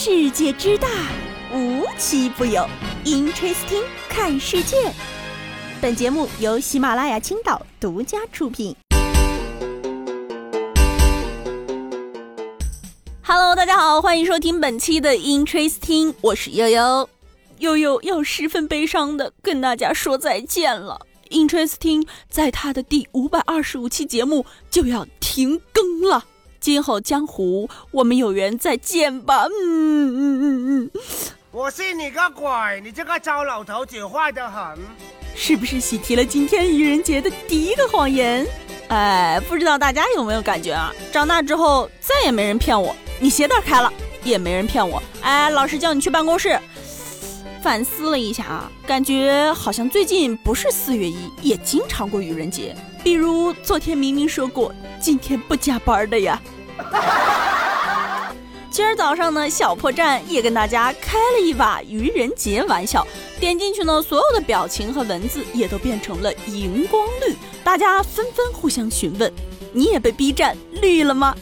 世界之大，无奇不有。Interesting 看世界。本节目由喜马拉雅青岛独家出品。Hello， 大家好，欢迎收听本期的 Interesting， 我是悠悠。悠悠要十分悲伤的跟大家说再见了。Interesting 在他的第525期节目就要停更了。今后江湖，我们有缘再见吧。 我信你个鬼！你这个糟老头子坏得很。 是不是喜提了今天愚人节的第一个谎言？不知道大家有没有感觉啊？长大之后再也没人骗我，你鞋带开了也没人骗我。老师叫你去办公室。反思了一下啊，感觉好像最近不是4月1也经常过愚人节。比如昨天明明说过今天不加班的呀。今儿早上呢，小破站也跟大家开了一把愚人节玩笑，点进去呢，所有的表情和文字也都变成了荧光绿，大家纷纷互相询问，你也被 B 站绿了吗？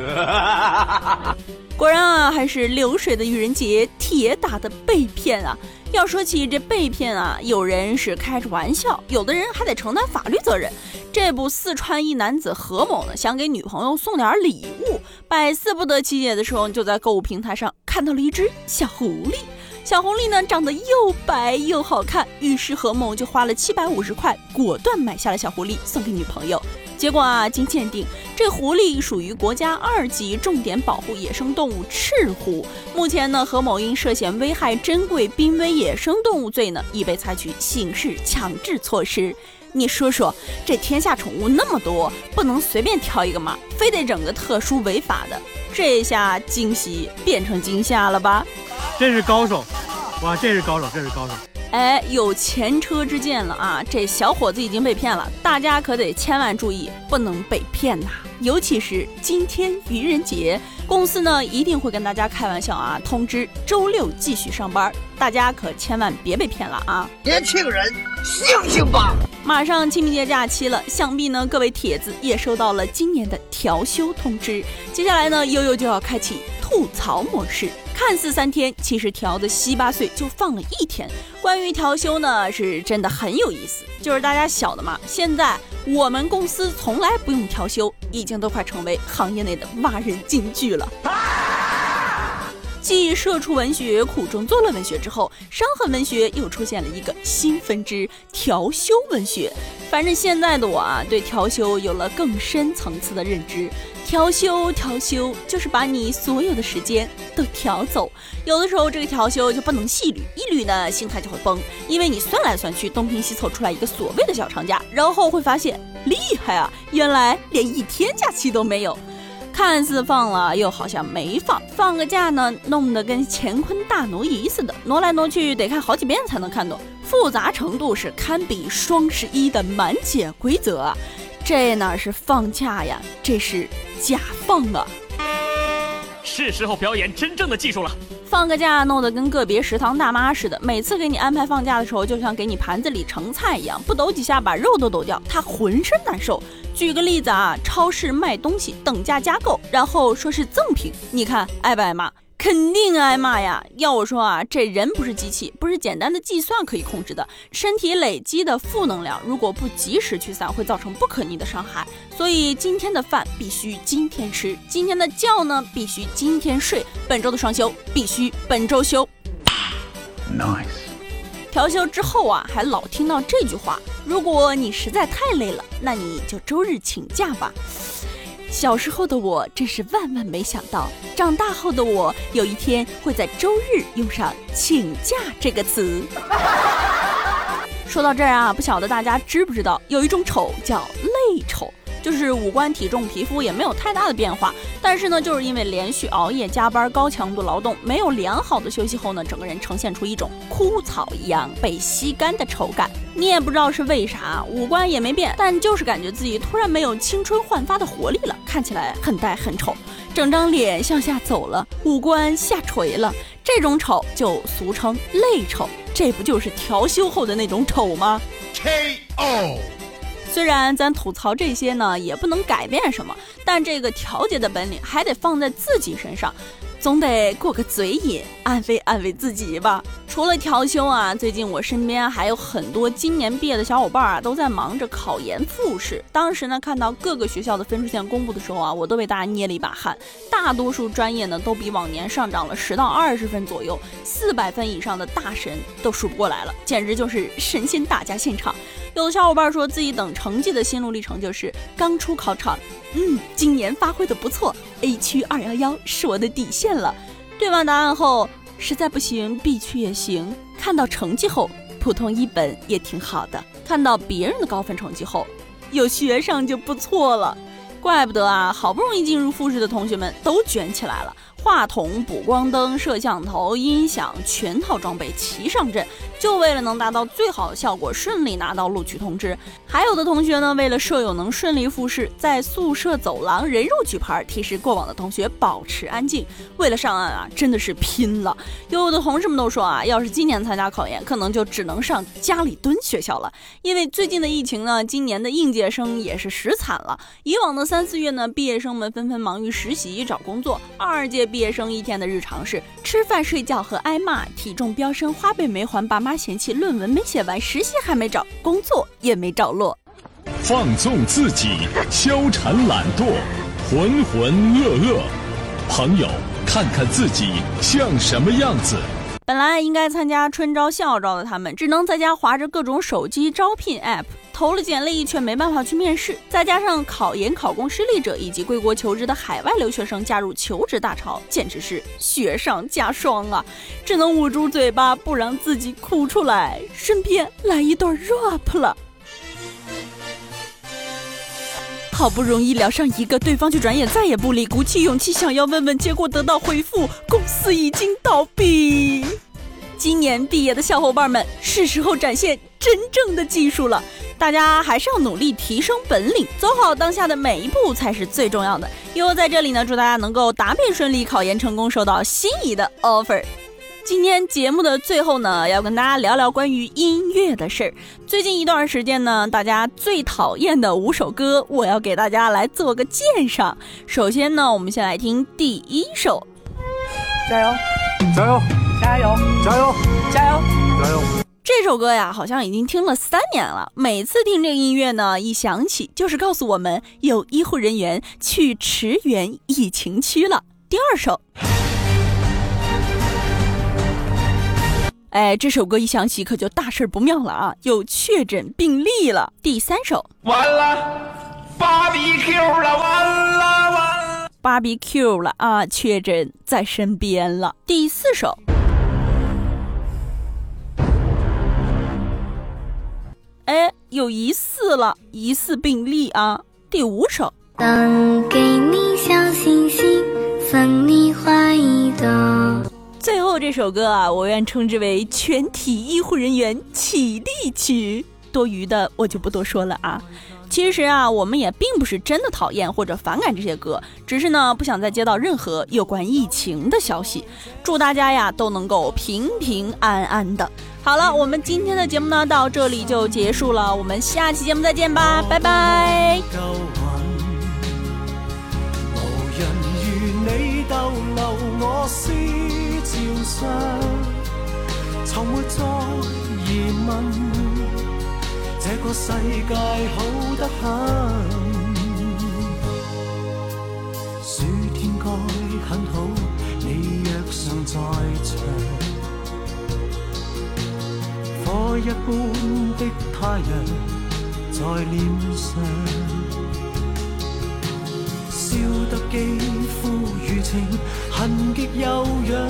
果然啊，还是流水的愚人节，铁打的被骗啊。要说起这被骗啊，有人是开着玩笑，有的人还得承担法律责任。这部四川一男子何某呢，想给女朋友送点礼物，百思不得其解的时候，就在购物平台上看到了一只小狐狸。小狐狸呢，长得又白又好看，于是何某就花了750块，果断买下了小狐狸送给女朋友。结果啊，经鉴定，这狐狸属于国家2级重点保护野生动物赤狐。目前呢，何某因涉嫌危害珍贵濒危野生动物罪呢，已被采取刑事强制措施。你说说，这天下宠物那么多，不能随便挑一个吗？非得整个特殊违法的？这下惊喜变成惊吓了吧？ 真是高手，哇，这是高手，这是高手。 有前车之鉴了啊！这小伙子已经被骗了，大家可得千万注意，不能被骗呐！尤其是今天愚人节，公司呢一定会跟大家开玩笑啊，通知周6继续上班，大家可千万别被骗了啊！ 年轻人，醒醒吧！ 马上清明节假期了，想必呢各位铁子也收到了今年的调休通知。接下来呢，悠悠就要开启吐槽模式。看似3天，其实调的7、8岁就放了1天。关于调休呢，是真的很有意思。就是大家晓得嘛，现在我们公司从来不用调休，已经都快成为行业内的骂人金句了。继社畜文学、苦中作乐文学之后，伤痕文学又出现了一个新分支——调休文学。反正现在的我啊，对调休有了更深层次的认知。调休就是把你所有的时间都调走。有的时候这个调休就不能细捋，一捋呢心态就会崩，因为你算来算去，东拼西凑出来一个所谓的小长假，然后会发现厉害啊，原来连1天假期都没有。看似放了，又好像没放。放个假呢，弄得跟乾坤大挪移似的，挪来挪去得看好几遍才能看懂，复杂程度是堪比双11的满减规则啊！这哪是放假呀，这是假放啊！ 是时候表演真正的技术了。 放个假弄得跟个别食堂大妈似的，每次给你安排放假的时候，就像给你盘子里盛菜一样，不抖几下把肉都抖掉，他浑身难受。举个例子啊，超市卖东西等价加购，然后说是赠品，你看挨不挨骂？肯定挨骂呀！要我说啊，这人不是机器，不是简单的计算可以控制的。身体累积的负能量，如果不及时驱散，会造成不可逆的伤害。所以今天的饭必须今天吃，今天的觉呢必须今天睡，本周的双休必须本周休。 Nice。 调休之后啊，还老听到这句话：如果你实在太累了，那你就周日请假吧。小时候的我真是万万没想到，长大后的我有一天会在周日用上请假这个词。说到这儿啊，不晓得大家知不知道，有一种丑叫累丑，就是五官、体重、皮肤也没有太大的变化，但是呢，就是因为连续熬夜、加班、高强度劳动，没有良好的休息后呢，整个人呈现出一种枯草一样被吸干的丑感。你也不知道是为啥，五官也没变，但就是感觉自己突然没有青春焕发的活力了，看起来很呆很丑，整张脸向下走了，五官下垂了，这种丑就俗称累丑。这不就是调休后的那种丑吗？ KO。 虽然咱吐槽这些呢也不能改变什么，但这个调节的本领还得放在自己身上。 总得过个嘴瘾，安慰安慰自己吧。除了调休啊，最近我身边还有很多今年毕业的小伙伴啊，都在忙着考研复试。当时呢，看到各个学校的分数线公布的时候啊，我都为大家捏了一把汗。大多数专业呢，都比往年上涨了10到20分左右，400分以上的大神都数不过来了，简直就是神仙打架现场。有的小伙伴说自己等成绩的心路历程就是刚出考场，今年发挥的不错 ，A 区211是我的底线了。对完答案后，实在不行 B 区也行。看到成绩后，普通1本也挺好的。看到别人的高分成绩后，有学上就不错了。怪不得啊，好不容易进入复试的同学们都卷起来了，话筒、补光灯、摄像头、音响全套装备齐上阵，就为了能达到最好的效果，顺利拿到录取通知。还有的同学呢，为了舍友能顺利复试，在宿舍走廊人肉举牌，提示过往的同学保持安静。为了上岸啊，真的是拼了。有的同事们都说啊，要是今年参加考研，可能就只能上家里蹲学校了。因为最近的疫情呢，今年的应届生也是实惨了。以往的3、4月呢，毕业生们纷纷忙于实习找工作。2届毕业生一天的日常是吃饭睡觉和挨骂，体重飙升，花呗没还，爸妈嫌弃，论文没写完，实习还没找，工作也没着落。 放纵自己，消沉懒惰，浑浑噩噩。朋友，看看自己像什么样子。 本来应该参加春招校招的他们，只能在家划着各种手机招聘 app， 投了简历却没办法去面试。再加上考研考公失利者以及归国求职的海外留学生加入求职大潮，简直是雪上加霜啊！只能捂住嘴巴不让自己哭出来。顺便来一段 rap 了。好不容易聊上一个，对方却转眼再也不理，鼓起勇气想要问问，结果得到回复，公司已经倒闭。今年毕业的小伙伴们，是时候展现真正的技术了。大家还是要努力提升本领，走好当下的每一步才是最重要的。因为在这里呢，祝大家能够答辩顺利，考研成功，收到心仪的 offer。今天节目的最后呢，要跟大家聊聊关于音乐的事儿。最近一段时间呢，大家最讨厌的5首歌，我要给大家来做个鉴赏。首先呢，我们先来听第1首。 加油！加油！加油！加油！ 加油！ 加油！ 这首歌呀，好像已经听了3年了。每次听这个音乐呢，一响起就是告诉我们有医护人员去驰援疫情区了。第2首。这首歌一响起可就大事不妙了啊！有确诊病例了。第3首， 完了 ，BBQ 了，完了 ，BBQ 了啊！确诊在身边了。第4首，有疑似了，疑似病例啊。第5首， 当给你小星星，送你花一朵。 最后这首歌啊，我愿称之为全体医护人员起立曲。多余的我就不多说了啊。其实啊，我们也并不是真的讨厌或者反感这些歌，只是呢不想再接到任何有关疫情的消息。祝大家呀都能够平平安安的。好了，我们今天的节目呢到这里就结束了，我们下期节目再见吧，拜拜。 無人如你逗留我思照相，從沒作疑問，這個世界好得很，暑天該很好，你若尚在場，火一般的太陽在臉上，燒得肌膚如情，痕極悠揚，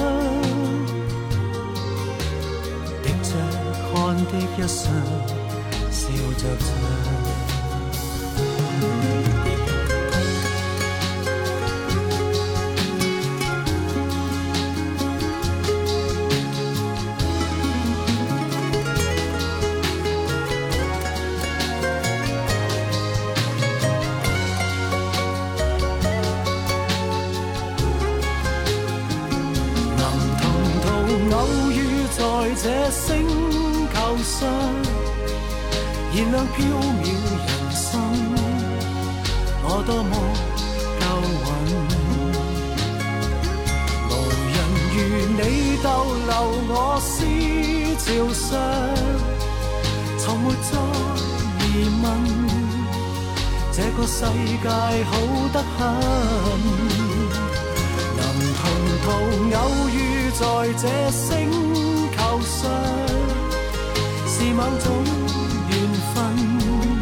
滴着汗的一雙，笑着唱。這星球上燃亮飄渺人生，我多麼夠運，無留我思照相，從沒再疑問，這個世界好得很。能同途偶遇在這星球上，是某種緣分。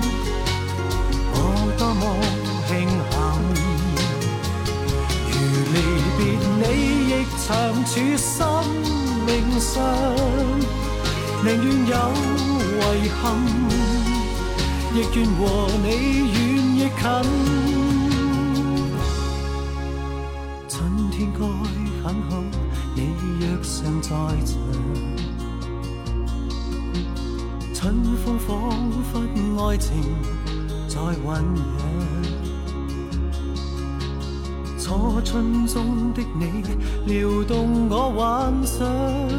我多麼慶幸，如離別你亦長處生命上，寧願有遺憾，亦願和你遠亦近。春天該很好，你若尚在場，春風彷彿愛情在醖釀，初春中的你撩動我幻想。